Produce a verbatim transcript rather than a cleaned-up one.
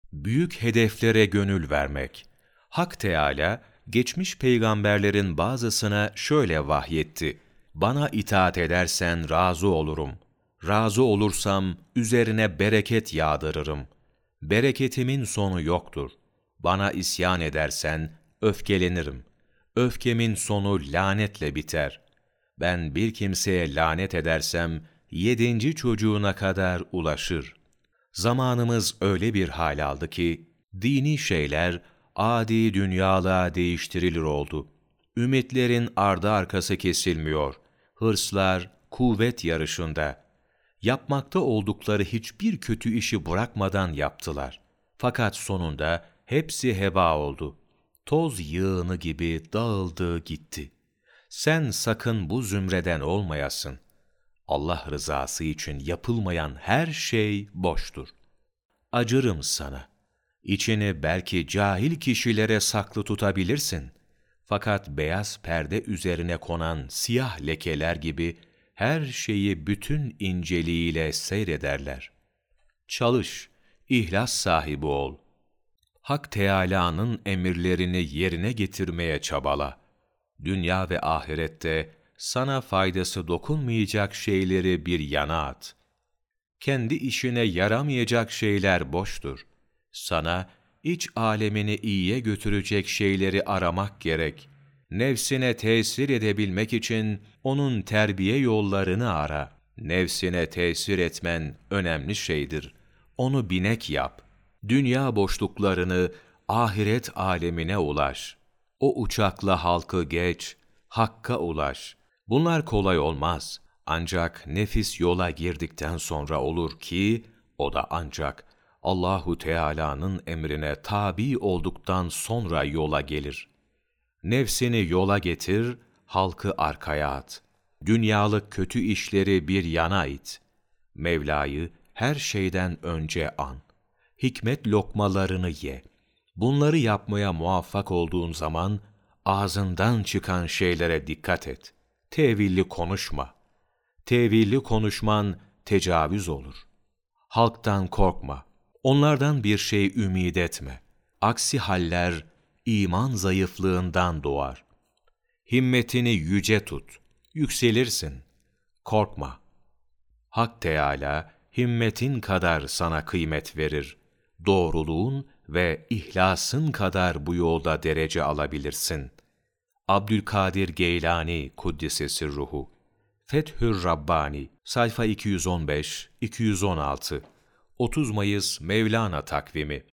Büyük hedeflere gönül vermek. Hak Teâlâ, geçmiş peygamberlerin bazısına şöyle vahyetti: "Bana itaat edersen razı olurum. Razı olursam üzerine bereket yağdırırım. Bereketimin sonu yoktur. Bana isyan edersen öfkelenirim. Öfkemin sonu lanetle biter. Ben bir kimseye lanet edersem yedinci çocuğuna kadar ulaşır." Zamanımız öyle bir hal aldı ki, dini şeyler adi dünyalığa değiştirilir oldu. Ümitlerin ardı arkası kesilmiyor. Hırslar kuvvet yarışında. Yapmakta oldukları hiçbir kötü işi bırakmadan yaptılar. Fakat sonunda hepsi heba oldu. Toz yığını gibi dağıldı gitti. Sen sakın bu zümreden olmayasın. Allah rızası için yapılmayan her şey boştur. Acırım sana. İçini belki cahil kişilere saklı tutabilirsin. Fakat beyaz perde üzerine konan siyah lekeler gibi her şeyi bütün inceliğiyle seyrederler. Çalış, ihlas sahibi ol. Hak Teâlâ'nın emirlerini yerine getirmeye çabala. Dünya ve ahirette sana faydası dokunmayacak şeyleri bir yana at. Kendi işine yaramayacak şeyler boştur. Sana iç alemini iyiye götürecek şeyleri aramak gerek. Nefsine tesir edebilmek için onun terbiye yollarını ara. Nefsine tesir etmen önemli şeydir. Onu binek yap. Dünya boşluklarını ahiret alemine ulaş. O uçakla halkı geç, Hakk'a ulaş. Bunlar kolay olmaz. Ancak nefis yola girdikten sonra olur ki, o da ancak Allahu Teala'nın emrine tabi olduktan sonra yola gelir. Nefsini yola getir, halkı arkaya at. Dünyalık kötü işleri bir yana it. Mevla'yı her şeyden önce an. Hikmet lokmalarını ye. Bunları yapmaya muvaffak olduğun zaman, ağzından çıkan şeylere dikkat et. Tevilli konuşma. Tevilli konuşman tecavüz olur. Halktan korkma. Onlardan bir şey ümid etme. Aksi haller iman zayıflığından doğar. Himmetini yüce tut. Yükselirsin. Korkma. Hak Teâlâ himmetin kadar sana kıymet verir. Doğruluğun ve ihlasın kadar bu yolda derece alabilirsin. Abdülkadir Geylani Kuddise Sirruhu. Fethür Rabbani, sayfa iki yüz on beş iki yüz on altı. otuz Mayıs Mevlana takvimi.